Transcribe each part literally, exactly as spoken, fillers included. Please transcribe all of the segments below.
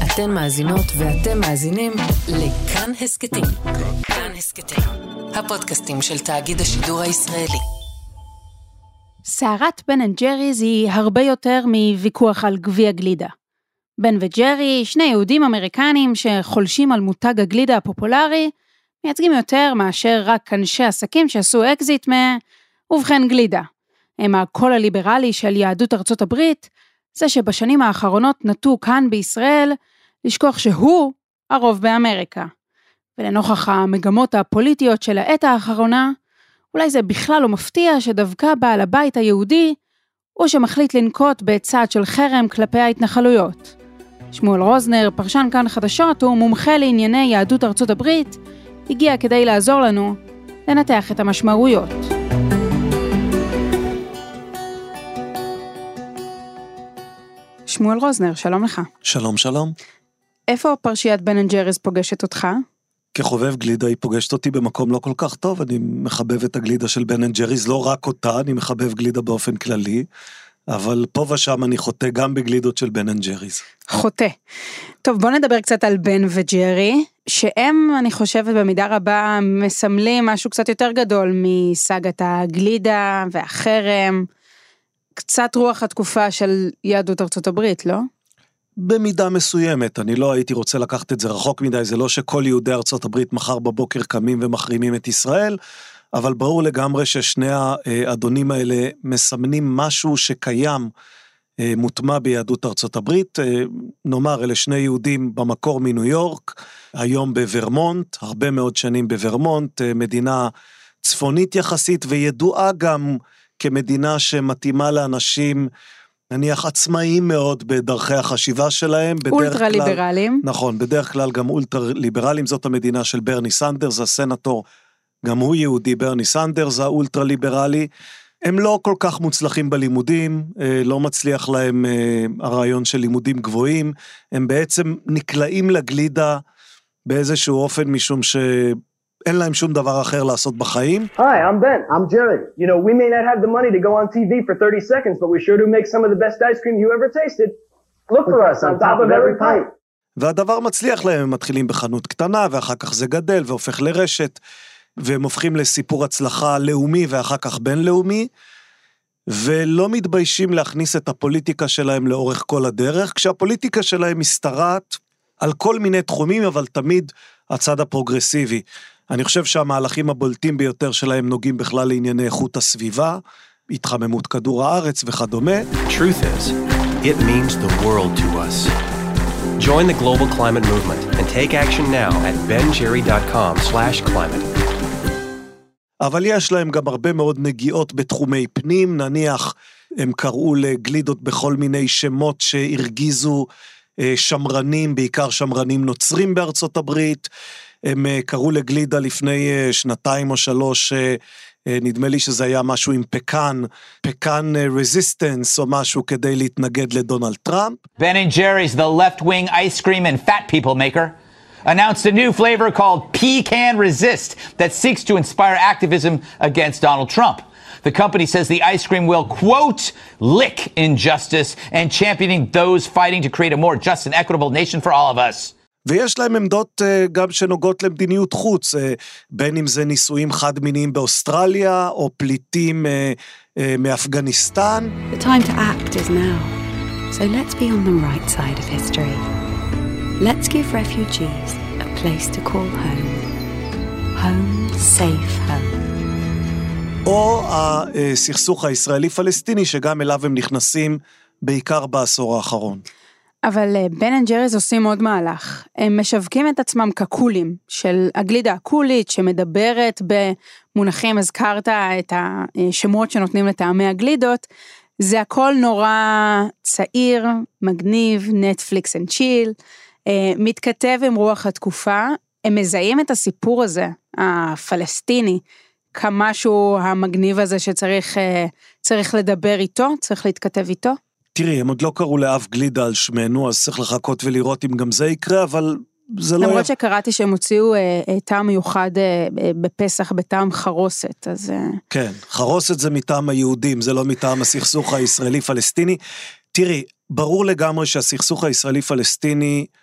אתן מאזינות ואתם מאזינים לכאן הסקטים. כאן הסקטים, הפודקאסטים של תאגיד השידור הישראלי. סערת בן אנד ג'ריז היא הרבה יותר מוויכוח על גביע גלידה. בן וג'רי, שני יהודים אמריקנים שחולשים על מותג הגלידה הפופולרי, מייצגים יותר מאשר רק אנשי עסקים שעשו אקזיט ובכן גלידה. הם הקול הליברלי של יהדות ארצות הברית, זה שבשנים האחרונות נטו כאן בישראל לשכוח שהוא הרוב באמריקה. ולנוכח המגמות הפוליטיות של העת האחרונה, אולי זה בכלל לא מפתיע שדווקא בעל הבית היהודי הוא שמחליט לנקוט בצעד של חרם כלפי ההתנחלויות. שמואל רוזנר, פרשן כאן חדשות, הוא מומחה לענייני יהדות ארצות הברית, הגיע כדי לעזור לנו לנתח את המשמעויות. שמואל רוזנר, שלום לך. שלום, שלום. איפה פרשיית בן אנד ג'ריז פוגשת אותך? כחובב גלידה היא פוגשת אותי במקום לא כל כך טוב, אני מחבב את הגלידה של בן אנד ג'ריז, לא רק אותה, אני מחבב גלידה באופן כללי, אבל פה ושם אני חוטא גם בגלידות של בן אנד ג'ריז. חוטא. טוב, בוא נדבר קצת על בן וג'רי, שהם, אני חושבת, במידה רבה מסמלים משהו קצת יותר גדול מסגת הגלידה והחרם, קצת רוח התקופה של יהדות ארצות הברית, לא? במידה מסוימת, אני לא הייתי רוצה לקחת את זה רחוק מדי, זה לא שכל יהודי ארצות הברית מחר בבוקר קמים ומחרימים את ישראל, אבל ברור לגמרי ששני האדונים האלה מסמנים משהו שקיים, מוטמע ביהדות ארצות הברית, נאמר אלה שני יהודים במקור מניו יורק, היום בוורמונט, הרבה מאוד שנים בוורמונט, מדינה צפונית יחסית וידועה גם כמדינה שמתאימה לאנשים, נניח עצמאיים מאוד בדרכי החשיבה שלהם. אולטרה ליברליים. נכון, בדרך כלל גם אולטרה ליברליים, זאת המדינה של ברני סנדרס, הסנטור, גם הוא יהודי, ברני סנדרס, האולטרה ליברלי. הם לא כל כך מוצלחים בלימודים, לא מצליח להם הרעיון של לימודים גבוהים, הם בעצם נקלעים לגלידה באיזשהו אופן משום ש... אין להם שום דבר אחר לעשות בחיים. Hi, I'm Ben. I'm Jerry. You know, we may not have the money to go on T V for thirty seconds, but we sure do make some of the best ice cream you ever tasted. Look for us on top of every pint. והדבר מצליח להם, הם מתחילים בחנות קטנה, ואחר כך זה גדל והופך לרשת, והם הופכים לסיפור הצלחה לאומי ואחר כך בינלאומי, ולא מתביישים להכניס את הפוליטיקה שלהם לאורך כל הדרך, כשהפוליטיקה שלהם משתרעת על כל מיני תחומים, אבל תמיד הצד הפרוגרסיבי. אני חושב שהמהלכים הבולטים ביותר שלהם נוגעים בכלל לענייני איכות הסביבה, התחממות כדור הארץ וכדומה. Truth is, it means the world to us. Join the global climate movement and take action now at ben jerry dot com slash climate. אבל יש להם גם הרבה מאוד נגיעות בתחומי פנים, נניח הם קראו לגלידות בכל מיני שמות שהרגיזו שמרנים, בעיקר שמרנים נוצרים בארצות הברית, הם קראו לגלידה לפני שנתיים או שלוש, נדמה לי שזה היה משהו עם פקן, פקן רזיסטנס או משהו כדי להתנגד לדונלד טראמפ. Ben and Jerry's, the left-wing ice cream and fat people maker, announced a new flavor called Pecan Resist that seeks to inspire activism against Donald Trump. The company says the ice cream will, quote, lick injustice and championing those fighting to create a more just and equitable nation for all of us. ויש להם עמדות גם שנוגעות למדיניות חוץ, בין אם זה ניסויים חד-מיניים באוסטרליה, או פליטים מאפגניסטן. The time to act is now. So let's be on the right side of history. Let's give refugees a place to call home. Home, safe home. או הסכסוך הישראלי-פלסטיני, שגם אליו הם נכנסים בעיקר בעשור האחרון. אבל בן אנד ג'ריז עושים עוד מהלך. הם משווקים את עצמם כקולים, של הגלידה הקולית, שמדברת במונחים, הזכרת את השמות שנותנים לטעמי הגלידות, זה הכל נורא צעיר, מגניב, נטפליקס אנד צ'יל, מתכתב עם רוח התקופה, הם מזהים את הסיפור הזה, הפלסטיני, כמשהו המגניב הזה שצריך צריך לדבר איתו, צריך להתכתב איתו. תראי, הם עוד לא קראו לאף גלידה על שמנו, אז צריך לחכות ולראות אם גם זה יקרה, אבל זה לא... למרות שקראתי שהם הוציאו טעם מיוחד בפסח בטעם חרוסת, אז... כן, חרוסת זה מטעם היהודים, זה לא מטעם הסכסוך הישראלי-פלסטיני. תראי, ברור לגמרי שהסכסוך הישראלי-פלסטיני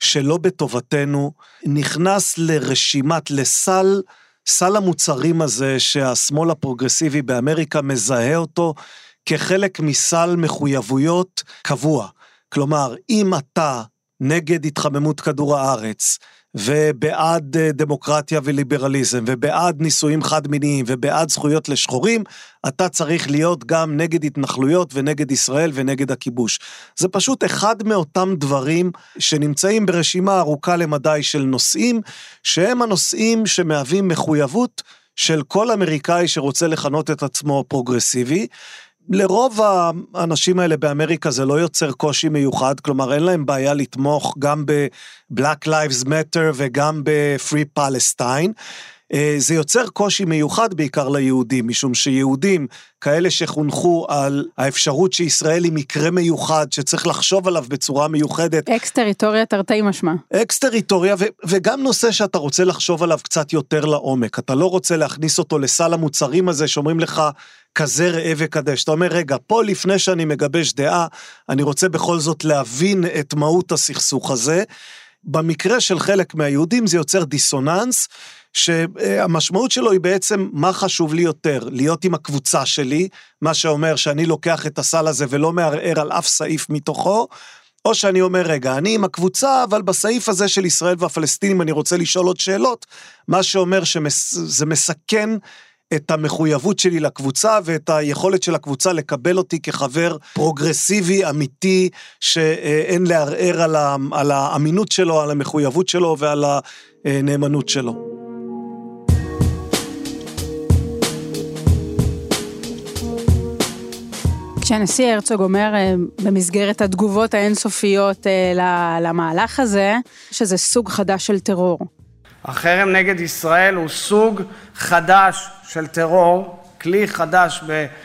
שלא בטובתנו, נכנס לרשימת, לסל, סל המוצרים הזה שהשמאל הפרוגרסיבי באמריקה מזהה אותו כחלק מסל מחויבויות קבוע. כלומר, אם אתה נגד התחממות כדור הארץ, ובעד דמוקרטיה וליברליזם, ובעד נישואים חד מיניים, ובעד זכויות לשחורים, אתה צריך להיות גם נגד התנחלויות, ונגד ישראל, ונגד הכיבוש. זה פשוט אחד מאותם דברים, שנמצאים ברשימה ארוכה למדי של נושאים, שהם הנושאים שמהווים מחויבות, של כל אמריקאי שרוצה לכנות את עצמו פרוגרסיבי. לרוב האנשים האלה באמריקה זה לא יוצר קושי מיוחד, כלומר אין להם בעיה לתמוך גם ב-Black Lives Matter וגם ב-Free Palestine, זה יוצר קושי מיוחד בעיקר ליהודים, משום שיהודים כאלה שחונכו על האפשרות שישראל היא מקרה מיוחד, שצריך לחשוב עליו בצורה מיוחדת. אקס-טריטוריה תרתי משמע. אקס-טריטוריה, ו- וגם נושא שאתה רוצה לחשוב עליו קצת יותר לעומק, אתה לא רוצה להכניס אותו לסל המוצרים הזה, שאומרים לך כזה ראה וקדש, אתה אומר רגע, פה לפני שאני מגבש דעה, אני רוצה בכל זאת להבין את מהות הסכסוך הזה, במקרה של חלק מהיהודים זה יוצר דיסוננס, שהמשמעות שלו היא בעצם מה חשוב לי יותר, להיות עם הקבוצה שלי, מה שאומר שאני לוקח את הסל הזה ולא מערער על אף סעיף מתוכו, או שאני אומר רגע, אני עם הקבוצה, אבל בסעיף הזה של ישראל והפלסטינים אני רוצה לשאול עוד שאלות, מה שאומר שזה מסכן את המחויבות שלי לקבוצה, ואת היכולת של הקבוצה לקבל אותי כחבר פרוגרסיבי, אמיתי, שאין לערער על, ה, על האמינות שלו, על המחויבות שלו, ועל הנאמנות שלו. כשהנשיא הרצוג אומר במסגרת התגובות האינסופיות למהלך הזה, שזה סוג חדש של טרור. החרם נגד ישראל הוא סוג חדש של טרור, כלי חדש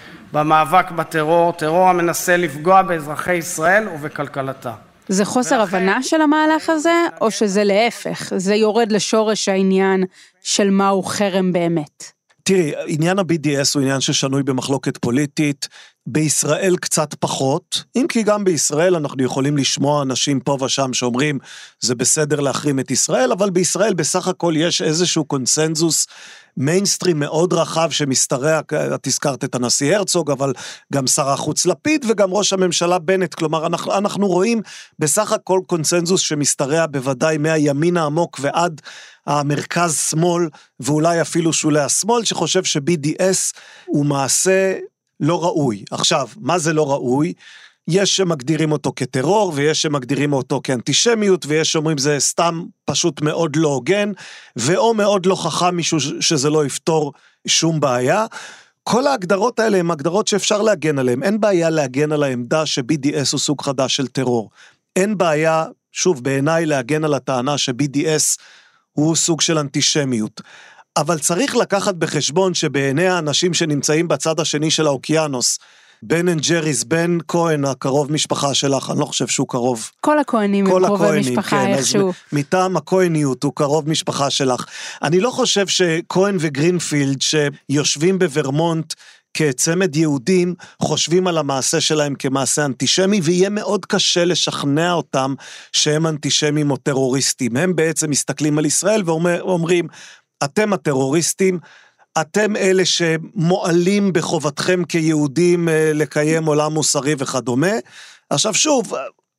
במאבק בטרור, טרור המנסה לפגוע באזרחי ישראל ובכלכלתה. זה חוסר הבנה של המהלך הזה, או שזה להפך? זה יורד לשורש העניין של מהו חרם באמת? תראי, עניין ה-בי די אס הוא עניין ששנוי במחלוקת פוליטית, בישראל קצת פחות, אם כי גם בישראל אנחנו יכולים לשמוע אנשים פה ושם שאומרים, זה בסדר להחרים את ישראל, אבל בישראל בסך הכל יש איזשהו קונסנזוס מיינסטרים מאוד רחב שמסתרע, את הזכרת את הנשיא הרצוג, אבל גם שר החוץ לפיד וגם ראש הממשלה בנט, כלומר אנחנו, אנחנו רואים בסך הכל קונסנזוס שמסתרע בוודאי מהימין העמוק ועד המרכז שמאל, ואולי אפילו שולי השמאל, שחושב ש-בי די אס הוא מעשה לא ראוי. עכשיו, מה זה לא ראוי? יש שמגדירים אותו כטרור, ויש שמגדירים אותו כאנטישמיות, ויש שאומרים זה סתם פשוט מאוד לא הוגן, ואו מאוד לא חכם מישהו שזה לא יפתור שום בעיה. כל ההגדרות האלה הן הגדרות שאפשר להגן עליהן. אין בעיה להגן על העמדה ש-בי די אס הוא סוג חדש של טרור. אין בעיה, שוב, בעיניי להגן על הטענה ש-בי די אס הוא סוג של אנטישמיות. אבל צריך לקחת בחשבון שבעיני האנשים שנמצאים בצד השני של האוקיינוס, בן אנד ג'ריס, בן כהן, הקרוב משפחה שלך, אני לא חושב שהוא קרוב. כל הכהנים הם קרוב משפחה כן, איכשהו. מטעם הכהניות הוא קרוב משפחה שלך. אני לא חושב שכהן וגרינפילד שיושבים בוורמונט כצמד יהודים, חושבים על המעשה שלהם כמעשה אנטישמי, ויהיה מאוד קשה לשכנע אותם שהם אנטישמים או טרוריסטים. הם בעצם מסתכלים על ישראל ואומרים, אתם הטרוריסטים, אתם אלה שמועלים בחובתכם כיהודים לקיים עולם מוסרי וכדומה. עכשיו שוב,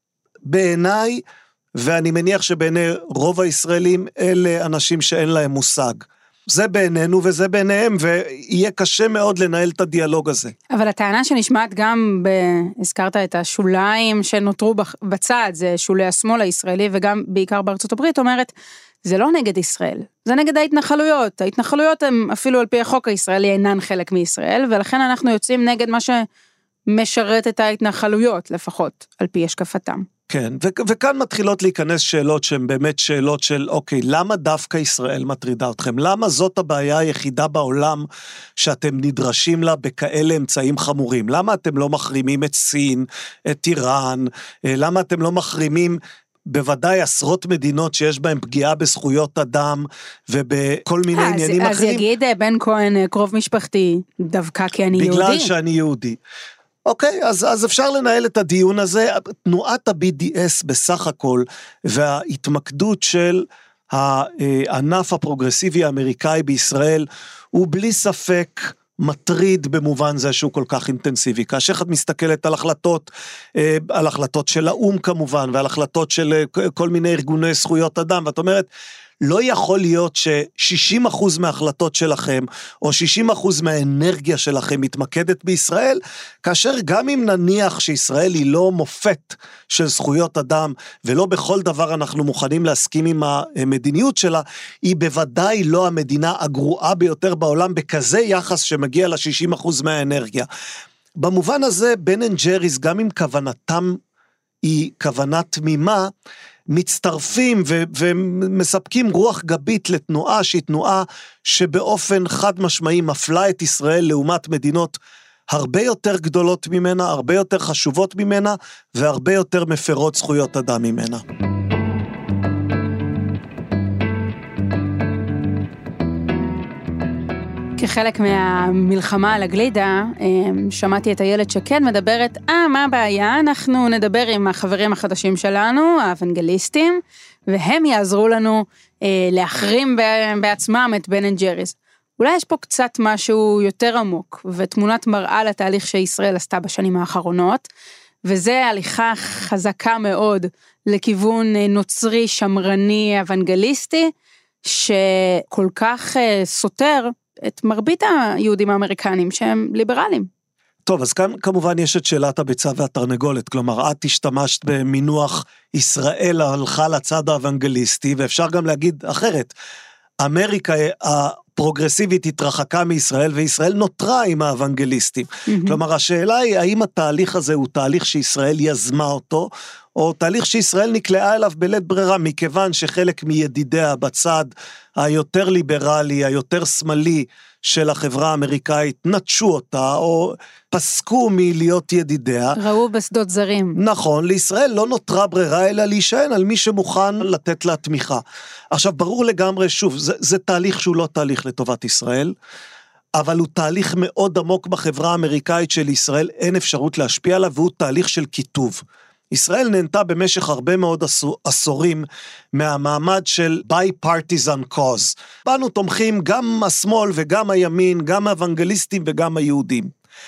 בעיניי, ואני מניח שבעיני רוב הישראלים, אלה אנשים שאין להם מושג. זה בעינינו וזה בעיניהם, ויהיה קשה מאוד לנהל את הדיאלוג הזה. אבל הטענה שנשמעת גם, ב... הזכרת את השוליים שנותרו בצד, זה שולי השמאל הישראלי, וגם בעיקר בארצות הברית, אומרת, זה לא נגד ישראל, זה נגד ההתנחלויות. ההתנחלויות הן אפילו על פי החוק הישראלי אינן חלק מישראל, ולכן אנחנו יוצאים נגד מה שמשרת את ההתנחלויות, לפחות על פי השקפתם. כן, ו- וכאן מתחילות להיכנס שאלות שהן באמת שאלות של, אוקיי, למה דווקא ישראל מטרידה אתכם? למה זאת הבעיה היחידה בעולם שאתם נדרשים לה בכאלה אמצעים חמורים? למה אתם לא מחרימים את סין, את איראן? למה אתם לא מחרימים בוודאי עשרות מדינות שיש בהן פגיעה בזכויות אדם, ובכל מיני אז, עניינים אז אחרים? אז יגיד בן כהן קרוב משפחתי, דווקא כי אני בגלל יהודי. בגלל שאני יהודי. אוקיי, אז, אז אפשר לנהל את הדיון הזה. תנועת ה-בי די אס בסך הכל, וההתמקדות של הענף הפרוגרסיבי האמריקאי בישראל, הוא בלי ספק מטריד במובן זה שהוא כל כך אינטנסיבי. כאשר את מסתכלת על החלטות, על החלטות של האום כמובן, ועל החלטות של כל מיני ארגוני זכויות אדם, ואת אומרת, לא יכול להיות ש-שישים אחוז מההחלטות שלכם, או שישים אחוז מהאנרגיה שלכם מתמקדת בישראל, כאשר גם אם נניח שישראל היא לא מופת של זכויות אדם, ולא בכל דבר אנחנו מוכנים להסכים עם המדיניות שלה, היא בוודאי לא המדינה הגרועה ביותר בעולם, בכזה יחס שמגיע ל-שישים אחוז מהאנרגיה. במובן הזה, בן אנד ג'ריס, גם אם כוונתם היא כוונה תמימה, מצטרפים ו- ומספקים רוח גבית לתנועה שהיא תנועה שבאופן חד משמעי מפלה את ישראל לעומת מדינות הרבה יותר גדולות ממנה, הרבה יותר חשובות ממנה והרבה יותר מפרות זכויות אדם ממנה. כחלק מהמלחמה על הגלידה, שמעתי את איילת שקד מדברת, אה, מה הבעיה? אנחנו נדבר עם החברים החדשים שלנו, האוונגליסטים, והם יעזרו לנו אה, להחרים בעצמם את בן אנד ג'ריס. אולי יש פה קצת משהו יותר עמוק, ותמונת מראה לתהליך שישראל עשתה בשנים האחרונות, וזה הליכה חזקה מאוד לכיוון נוצרי, שמרני, אוונגליסטי, שכל כך אה, סותר, את מרבית היהודים האמריקנים שהם ליברלים. טוב, אז כאן כמובן יש את שאלת הביצה והתרנגולת, כלומר, את השתמשת במינוח ישראל הלכה לצד האוונגליסטי, ואפשר גם להגיד אחרת, אמריקה הפרוגרסיבית התרחקה מישראל, וישראל נותרה עם האוונגליסטים. Mm-hmm. כלומר, השאלה היא, האם התהליך הזה הוא תהליך שישראל יזמה אותו, או תהליך שישראל נקלעה אליו בלית ברירה, מכיוון שחלק מידידיה בצד היותר ליברלי, היותר שמאלי של החברה האמריקאית, נטשו אותה, או פסקו מלהיות ידידיה. ראו בשדות זרים. נכון, לישראל לא נותרה ברירה, אלא להישען על מי שמוכן לתת לה תמיכה. עכשיו, ברור לגמרי, שוב, זה, זה תהליך שהוא לא תהליך לטובת ישראל, אבל הוא תהליך מאוד עמוק בחברה האמריקאית של ישראל, אין אפשרות להשפיע עליו, והוא תהליך של כיתוב. ישראל נהנתה במשך הרבה מאוד עשורים מהמעמד של bipartisan cause. באנו תומכים גם השמאל וגם הימין, גם האוונגליסטים וגם היהודים.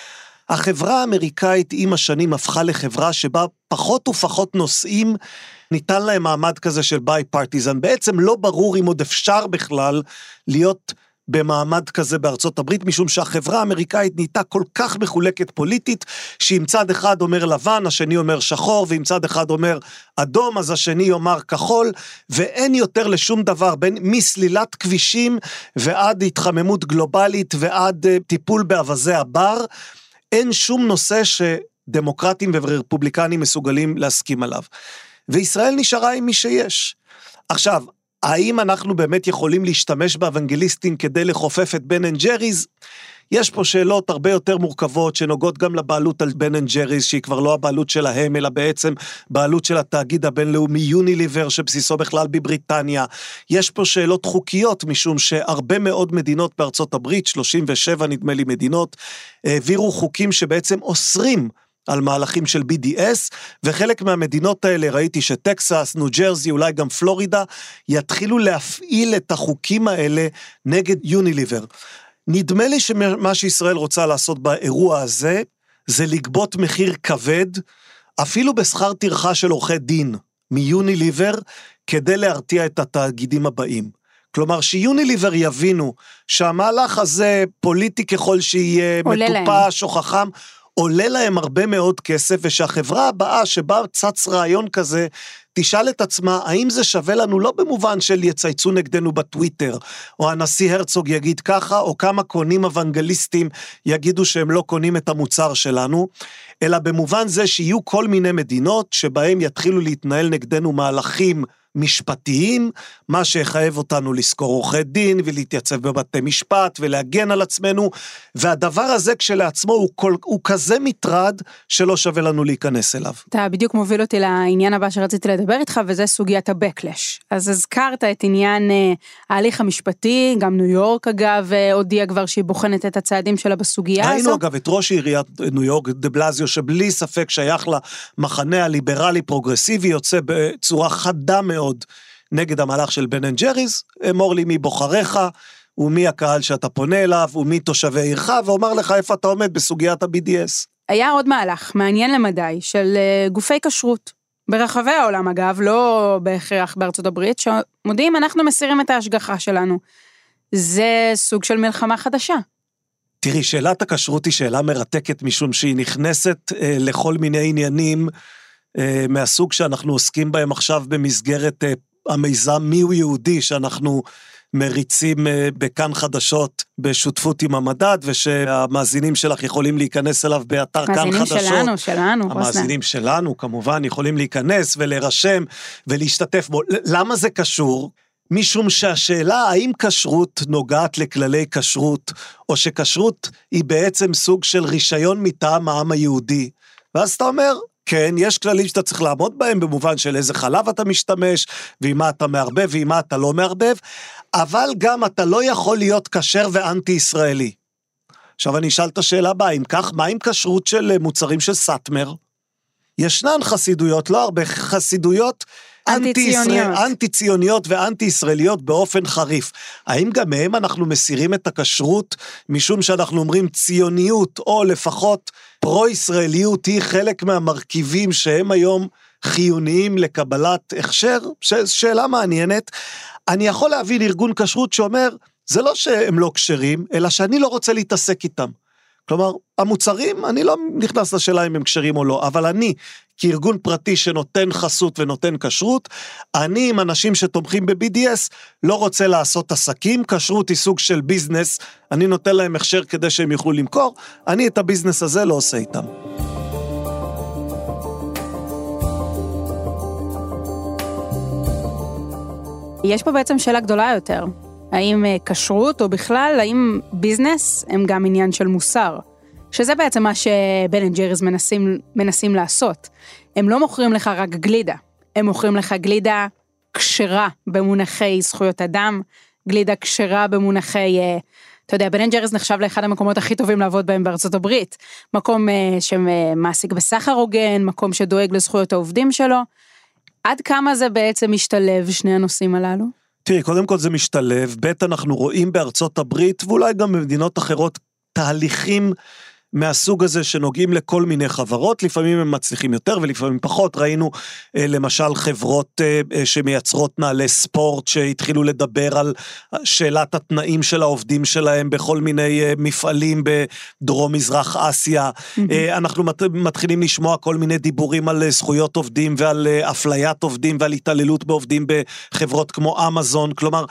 החברה האמריקאית עם השנים הפכה לחברה שבה פחות ופחות נושאים ניתן להם מעמד כזה של bipartisan. בעצם לא ברור אם עוד אפשר בכלל להיות במעמד כזה בארצות הברית, משום שהחברה האמריקאית נהייתה כל כך מחולקת פוליטית, שאם צד אחד אומר לבן, השני אומר שחור, ואם צד אחד אומר אדום, אז השני אומר כחול, ואין יותר לשום דבר, בין מסלילת כבישים, ועד התחממות גלובלית, ועד uh, טיפול באבזי הבר, אין שום נושא שדמוקרטים ורפובליקנים מסוגלים להסכים עליו. וישראל נשארה עם מי שיש. עכשיו, האם אנחנו באמת יכולים להשתמש באוונגליסטים כדי לחופף את בן אנד ג'ריס? יש פה שאלות הרבה יותר מורכבות שנוגעות גם לבעלות על בן אנד ג'ריס, שהיא כבר לא הבעלות שלהם, אלא בעצם בעלות של התאגיד הבינלאומי יוניליבר, שבסיסו בכלל בבריטניה. יש פה שאלות חוקיות, משום שהרבה מאוד מדינות בארצות הברית, שלושים ושבע נדמה לי מדינות, העבירו חוקים שבעצם אוסרים על מהלכים של בי די אס, וחלק מהמדינות האלה, ראיתי שטקסס, ניו ג'רזי, אולי גם פלורידה, יתחילו להפעיל את החוקים האלה נגד יוניליבר. נדמה לי שמה שישראל רוצה לעשות באירוע הזה, זה לגבות מחיר כבד, אפילו בשכר טרחה של עורכי דין, מיוניליבר, כדי להרתיע את התאגידים הבאים. כלומר, שיוניליבר יבינו שהמהלך הזה פוליטי ככל שיהיה מטופש או חכם, עולה להם הרבה מאוד כסף, ושהחברה הבאה שבה צץ רעיון כזה, תשאל את עצמה, האם זה שווה לנו לא במובן של יצייצו נגדנו בטוויטר, או הנשיא הרצוג יגיד ככה, או כמה קונים אוונגליסטים יגידו שהם לא קונים את המוצר שלנו, אלא במובן זה שיהיו כל מיני מדינות, שבהם יתחילו להתנהל נגדנו מהלכים משפטיים, מה שיחייב אותנו לזכור עורכי דין, ולהתייצב בבתי משפט, ולהגן על עצמנו, והדבר הזה כשלעצמו הוא, כל, הוא כזה מטרד, שלא שווה לנו להיכנס אליו. אתה בדיוק מוביל אותי לעניין הבא שרציתי לדבר איתך, וזה סוגיית הבקלש. אז הזכרת את עניין אה, ההליך המשפטי, גם ניו יורק אגב, הודיע כבר שהיא בוחנת את הצעדים שלה בסוגיה הזו. היינו אגב את ראש עיריית ניו יורק, דה בלזיו, שבלי ספק שייך למחנה הליברלי פרוגרסיבי, יוצא בצורה חדה מאוד נגד המהלך של בן אנד ג'ריז, אמור לי מי בוחריך, ומי הקהל שאתה פונה אליו, ומי תושבי עירך, ואומר לך איפה אתה עומד בסוגיית ה-בי די אס. היה עוד מהלך, מעניין למדי, של גופי כשרות, ברחבי העולם אגב, לא בהכרח בארצות הברית, שמודיעים אנחנו מסירים את ההשגחה שלנו. זה סוג של מלחמה חדשה. תראי, שאלת הכשרות היא שאלה מרתקת, משום שהיא נכנסת אה, לכל מיני עניינים, אה, מהסוג שאנחנו עוסקים בהם עכשיו במסגרת אה, המיזם מיהו יהודי, שאנחנו מריצים אה, בכאן חדשות, בשותפות עם המדד, ושהמאזינים שלך יכולים להיכנס אליו באתר כאן חדשות. המאזינים שלנו, שלנו. המאזינים שלנו, כמובן, יכולים להיכנס ולהירשם ולהשתתף בו. למה זה קשור? משום שהשאלה האם כשרות נוגעת לכללי כשרות, או שכשרות היא בעצם סוג של רישיון מטעם העם היהודי. ואז אתה אומר, כן, יש כללים שאתה צריך לעמוד בהם, במובן של איזה חלב אתה משתמש, ועם מה אתה מערבב, ועם מה אתה לא מערבב, אבל גם אתה לא יכול להיות כשר ואנטי ישראלי. עכשיו אני אשאל את השאלה הבאה, אם כך, מה עם כשרות של מוצרים של סאטמר? ישנן חסידויות, לא הרבה חסידויות, אנטי-ציוניות. אנטי-ציוניות ואנטי-ישראליות באופן חריף. האם גם מהם אנחנו מסירים את הכשרות, משום שאנחנו אומרים ציוניות, או לפחות פרו-ישראליות, היא חלק מהמרכיבים שהם היום חיוניים לקבלת הכשר? שאלה מעניינת. אני יכול להבין ארגון כשרות שאומר, זה לא שהם לא כשרים, אלא שאני לא רוצה להתעסק איתם. כלומר, המוצרים, אני לא נכנס לשאלה אם הם כשרים או לא, אבל אני, כארגון פרטי שנותן חסות ונותן כשרות, אני עם אנשים שתומכים ב-בי די אס, לא רוצה לעשות עסקים, כשרות היא סוג של ביזנס, אני נותן להם הכשר כדי שהם יוכלו למכור, אני את הביזנס הזה לא עושה איתם. יש פה בעצם שאלה גדולה יותר. האם כשרות או בכלל, האם ביזנס הם גם עניין של מוסר? שזה בעצם מה שבן אנד ג'ריז מנסים, מנסים לעשות. הם לא מוכרים לך רק גלידה, הם מוכרים לך גלידה כשרה במונחי זכויות אדם, גלידה כשרה במונחי, אתה יודע, בן אנד ג'ריז נחשב לאחד המקומות הכי טובים לעבוד בהם בארצות הברית, מקום שמעסיק בסחר הוגן, מקום שדואג לזכויות העובדים שלו. עד כמה זה בעצם משתלב שני הנושאים הללו? תראי, קודם כל זה משתלב, בית אנחנו רואים בארצות הברית, ואולי גם במדינות אחרות, תהליכים מהסוג הזה שנוגעים לכל מיני חברות, לפעמים הם מצליחים יותר ולפעמים פחות, ראינו למשל חברות שמייצרות נעלי ספורט, שהתחילו לדבר על שאלת התנאים של העובדים שלהם, בכל מיני מפעלים בדרום מזרח אסיה, mm-hmm. אנחנו מתחילים לשמוע כל מיני דיבורים על זכויות עובדים, ועל אפליית עובדים, ועל התעללות בעובדים בחברות כמו אמזון, כלומר,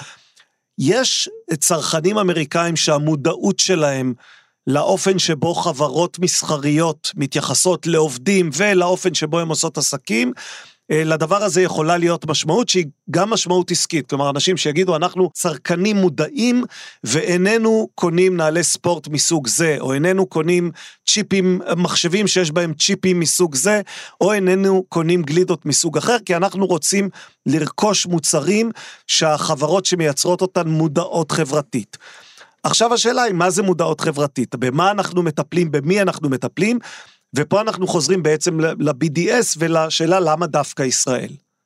יש צרכנים אמריקאים שהמודעות שלהם, לאופן שבו חברות מסחריות מתייחסות לעובדים ולאופן שבו הם עושות עסקים, לדבר הזה יכולה להיות משמעות שהיא גם משמעות עסקית, כלומר אנשים שיגידו אנחנו צרכנים מודעים ואיננו קונים נעלי ספורט מסוג זה, או איננו קונים צ'יפים, מחשבים שיש בהם צ'יפים מסוג זה, או איננו קונים גלידות מסוג אחר, כי אנחנו רוצים לרכוש מוצרים שהחברות שמייצרות אותן מודעות חברתית. עכשיו השאלה היא, מה זה מודעות חברתית? במה אנחנו מטפלים, במי אנחנו מטפלים, ופה אנחנו חוזרים בעצם ל-בי די אס, ולשאלה למה דווקא ישראל.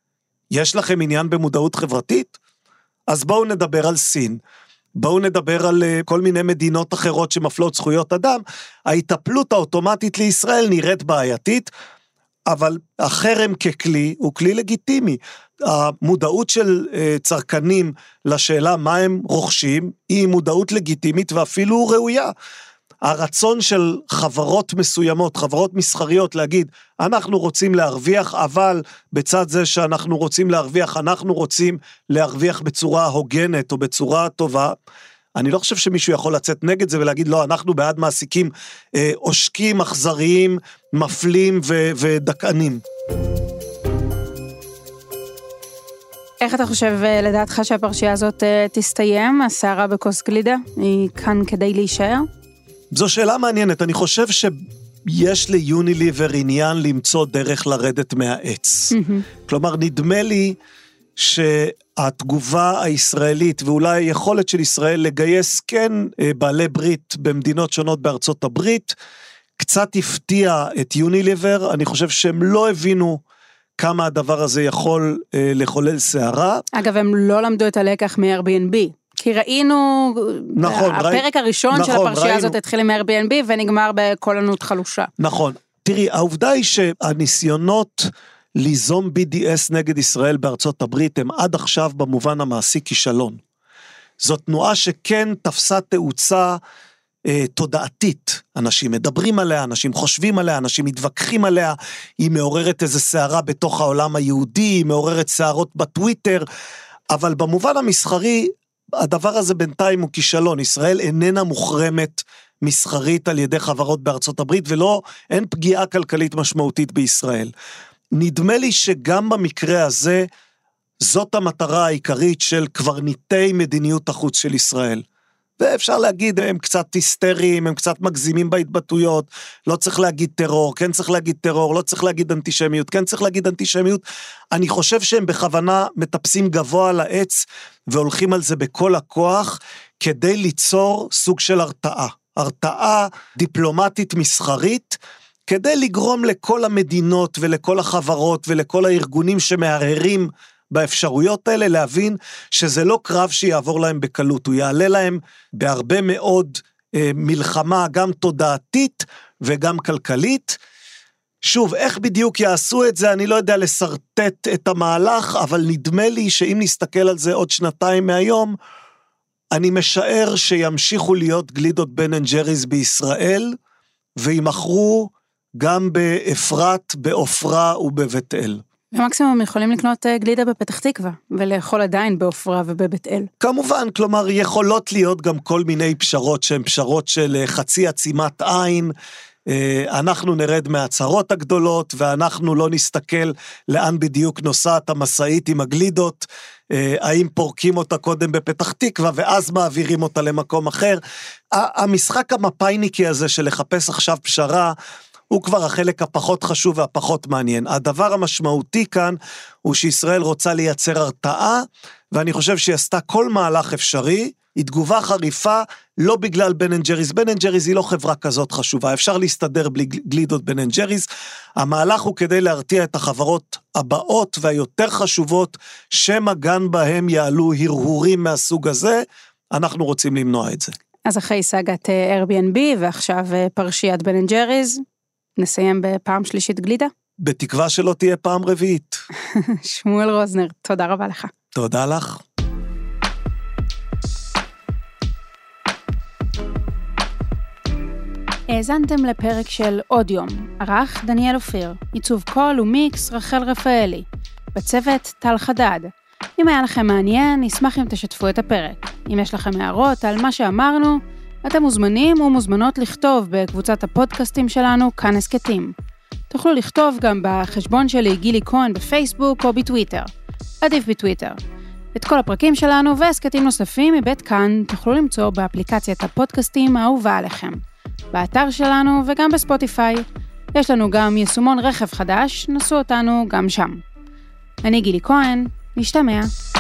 יש לכם עניין במודעות חברתית? אז בואו נדבר על סין, בואו נדבר על כל מיני מדינות אחרות שמפלות זכויות אדם, ההתאפלות האוטומטית לישראל נראית בעייתית, אבל החרם ככלי הוא כלי לגיטימי. המודעות של צרכנים לשאלה מה הם רוכשים, היא מודעות לגיטימית ואפילו ראויה. הרצון של חברות מסוימות, חברות מסחריות להגיד, אנחנו רוצים להרוויח, אבל בצד זה שאנחנו רוצים להרוויח, אנחנו רוצים להרוויח בצורה הוגנת או בצורה טובה, אני לא חושב שמישהו יכול לצאת נגד זה ולהגיד, לא, אנחנו בעד מעסיקים אה, עושקים, אכזריים, מפלים ו- ודקנים. איך אתה חושב לדעתך שהפרשייה הזאת תסתיים? הסערה בכוס גלידה? היא כאן כדי להישאר? זו שאלה מעניינת. אני חושב שיש ליוניליבר עניין למצוא דרך לרדת מהעץ. Mm-hmm. כלומר, נדמה לי שהתגובה הישראלית, ואולי היכולת של ישראל לגייס כן בעלי ברית במדינות שונות בארצות הברית, קצת הפתיע את יוניליבר. אני חושב שהם לא הבינו כמה הדבר הזה יכול אה, לחולל שערה. אגב, הם לא למדו את הלקח מ-Airbnb, כי ראינו, נכון, הפרק ראי... הראשון נכון, של הפרשייה ראינו... הזאת התחיל עם Airbnb, ונגמר בקולנות חלושה. נכון. תראי, העובדה היא שהניסיונות ליזום בי די אס נגד ישראל בארצות הברית, הם עד עכשיו במובן המעשי כישלון. זו תנועה שכן תפסה תאוצה אה, תודעתית. אנשים מדברים עליה, אנשים חושבים עליה, אנשים מתווכחים עליה, היא מעוררת איזו שערה בתוך העולם היהודי, היא מעוררת שערות בטוויטר, אבל במובן המסחרי, הדבר הזה בינתיים הוא כישלון. ישראל איננה מוחרמת מסחרית על ידי חברות בארצות הברית, ולא, אין פגיעה כלכלית משמעותית בישראל. נדמה לי שגם במקרה הזה, זאת המטרה העיקרית של קברניטי מדיניות החוץ של ישראל. ואפשר להגיד, הם קצת היסטריים, הם קצת מגזימים בהתבטאויות, לא צריך להגיד טרור, כן צריך להגיד טרור, לא צריך להגיד אנטישמיות, כן צריך להגיד אנטישמיות. אני חושב שהם בכוונה מטפסים גבוה על העץ, והולכים על זה בכל הכוח, כדי ליצור סוג של הרתעה. הרתעה דיפלומטית מסחרית, כדי לגרום לכל המדינות ולכל החברות ולכל הארגונים שמערערים באפשרויות האלה, להבין שזה לא קרב שיעבור להם בקלות, הוא יעלה להם בהרבה מאוד אה, מלחמה, גם תודעתית וגם כלכלית. שוב, איך בדיוק יעשו את זה, אני לא יודע לסרטט את המהלך, אבל נדמה לי שאם נסתכל על זה עוד שנתיים מהיום, אני משער שימשיכו להיות גלידות בן אנד ג'ריז בישראל, וימחרו גם באפרת, באופרה ובבית אל. במקסימום יכולים לקנות גלידה בפתח תקווה, ולאכול עדיין באופרה ובבית אל. כמובן, כלומר, יכולות להיות גם כל מיני פשרות, שהן פשרות של חצי עצימת עין, אנחנו נרד מהצהרות הגדולות, ואנחנו לא נסתכל לאן בדיוק נוסעת המסעית עם הגלידות, האם פורקים אותה קודם בפתח תקווה, ואז מעבירים אותה למקום אחר. המשחק המפייניקי הזה של לחפש עכשיו פשרה, הוא כבר החלק הפחות חשוב והפחות מעניין. הדבר המשמעותי כאן, הוא שישראל רוצה לייצר הרתעה, ואני חושב שהיא עשתה כל מהלך אפשרי, היא תגובה חריפה, לא בגלל בן אנד ג'ריז. בן אנד ג'ריז היא לא חברה כזאת חשובה, אפשר להסתדר בלי גלידות בן אנד ג'ריז. המהלך הוא כדי להרתיע את החברות הבאות והיותר חשובות, שמגן בהם יעלו הרהורים מהסוג הזה, אנחנו רוצים למנוע את זה. אז אחרי סאגת Airbnb, ועכשיו פרשיית בן אנד ג'ריז, נסיים בפעם שלישית גלידה? בתקווה שלא תהיה פעם רביעית. שמואל רוזנר, תודה רבה לך. תודה לך. האזנתם לפרק של עוד יום, ערך דניאל אופיר, עיצוב קול ומיקס רחל רפאלי, בצוות טל חדד. אם היה לכם מעניין, נשמח אם תשתפו את הפרק. אם יש לכם הערות על מה שאמרנו, אתם מוזמנים ומוזמנות לכתוב בקבוצת הפודקאסטים שלנו, כאן הסקטים. תוכלו לכתוב גם בחשבון שלי גילי כהן בפייסבוק או בטוויטר. עדיף בטוויטר. את כל הפרקים שלנו והסקטים נוספים מבית כאן תוכלו למצוא באפליקציית הפודקאסטים האהובה עליכם. באתר שלנו וגם בספוטיפיי. יש לנו גם יישומון רכב חדש, נסו אותנו גם שם. אני גילי כהן, נשתמע.